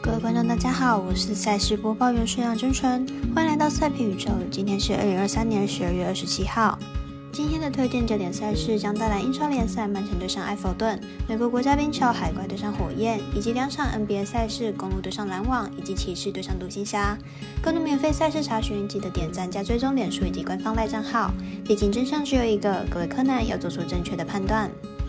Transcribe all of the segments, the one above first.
各位观众大家好，我是赛事播报员顺阳真纯，欢迎来到赛评宇宙。今天是2023年12月27号。今天的推荐焦点赛事将带来英超联赛曼城对上埃弗顿、美国国家冰球海怪对上火焰，以及2场 NBA 赛事公鹿对上篮网以及骑士对上独行侠。更多免费赛事查询，记得点赞加追踪脸书以及官方赖账号。毕竟真相只有一个，各位柯南要做出正确的判断。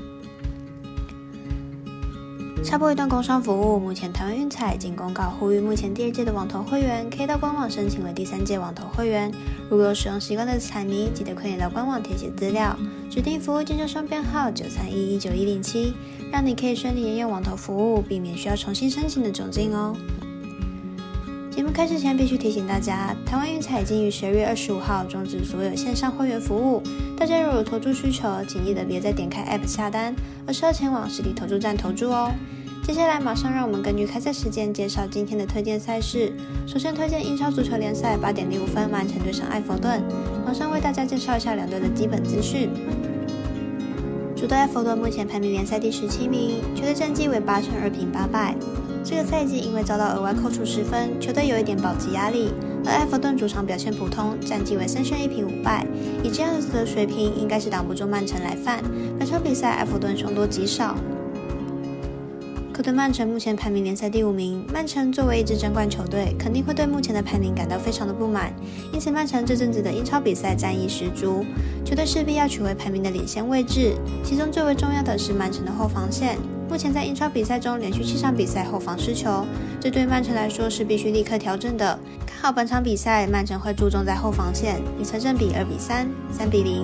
插播一段工商服务，目前台湾运彩已经公告呼吁目前第2届的网投会员可以到官网申请为第3届网投会员。如果有使用习惯的彩迷，记得快点到官网填写资料，指定服务经销商编号931-19107，让你可以顺利沿用网投服务，避免需要重新申请的窘境哦。节目开始前必须提醒大家，台湾运彩已经于12月25号终止所有线上会员服务，大家如有投注需求，请记得别再点开 App 下单，而是要前往实体投注站投注哦。接下来马上让我们根据开赛时间介绍今天的推荐赛事。首先推荐英超足球联赛8点05分曼城对上埃弗顿，马上为大家介绍一下两队的基本资讯。主队埃弗顿目前排名联赛第17名，球队战绩为8胜2平8败。这个赛季因为遭到额外扣除10分，球队有一点保级压力。而埃弗顿主场表现普通，战绩为3胜1平5败，以这样子的水平，应该是挡不住曼城来犯。本场比赛埃弗顿凶多吉少。客队曼城目前排名联赛第5名，曼城作为一支争冠球队，肯定会对目前的排名感到非常的不满，因此曼城这阵子的英超比赛战意十足，球队势必要取回排名的领先位置。其中最为重要的是曼城的后防线，目前在英超比赛中连续7场比赛后防失球，这对曼城来说是必须立刻调整的。看好本场比赛，曼城会注重在后防线，预测正比2比3、3比0。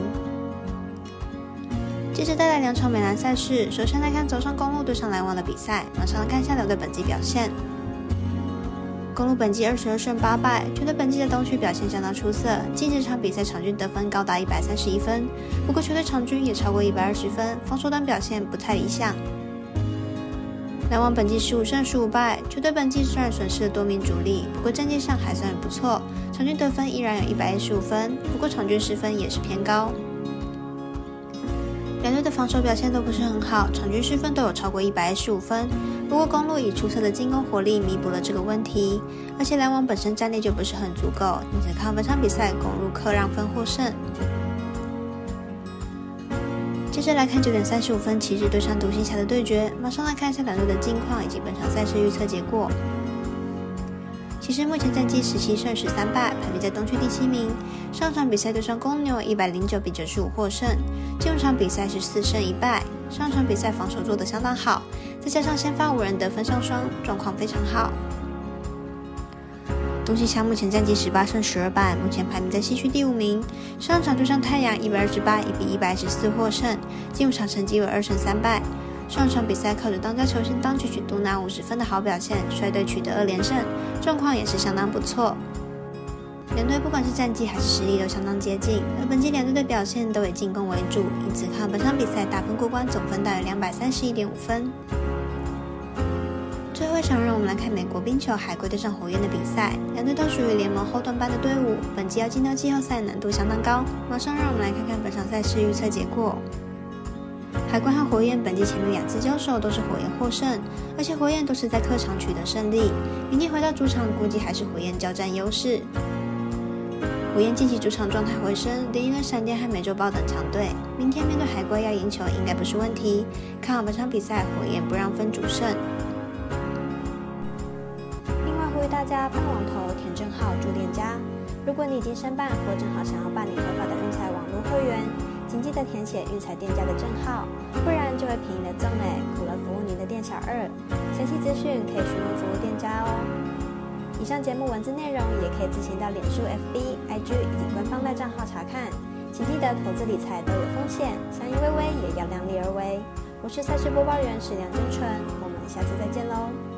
接着带来2场美篮赛事，首先来看早上公鹿对上篮网的比赛，马上来看一下两队本季表现。公鹿本季22胜8败，球队本季的东区表现相当出色，近这场比赛场均得分高达131分，不过球队场均也超过120分，防守端表现不太理想。篮网本季15胜15败，球队本季虽然损失了多名主力，不过战绩上还算不错，场均得分依然有115分，不过场均失分也是偏高。两队的防守表现都不是很好，场均失分都有超过115分，不过公鹿以出色的进攻火力弥补了这个问题，而且篮网本身战力就不是很足够，因此看本场比赛公鹿客让分获胜。接着来看9点35分骑士对上独行侠的对决，马上来看一下两队的近况以及本场赛事预测结果。骑士目前战绩17胜13败，排名在东区第7名。上场比赛对上公牛109比95获胜，近5场比赛是4胜1败。上场比赛防守做得相当好，再加上先发5人得分上双，状况非常好。独行侠目前战绩18胜12败，目前排名在西区第5名。上场对上太阳128比114获胜，近5场成绩为2胜3败。上场比赛靠着当家球星当曲曲独拿50分的好表现，率队取得2连胜，状况也是相当不错。两队不管是战绩还是实力都相当接近，而本季两队的表现都以进攻为主，因此看本场比赛大分过关，总分大约231.5分。最后一场让我们来看美国冰球海怪对上火焰的比赛，两队都属于联盟后段班的队伍，本季要进到季后赛难度相当高。马上让我们来看看本场赛事预测结果。海怪和火焰本季前面2次交手都是火焰获胜，而且火焰都是在客场取得胜利，明天回到主场估计还是火焰交战优势。火焰近期主场状态回升，连赢了闪电和美洲豹等强队，明天面对海怪要赢球应该不是问题，看好本场比赛火焰不让分主胜。另外呼吁大家办网投填证号注店家，如果你已经申办或正好想要办理合法的运彩网络会员，请记得填写运彩店家的证号，不然就会便宜了赠嘞，苦了服务您的店小二。详细资讯可以询问服务店家哦。以上节目文字内容也可以自行到脸书、FB、IG 以及官方赖账号查看。请记得投资理财都有风险，相依微微也要量力而为。我是赛事播报员史梁真纯，我们下次再见喽。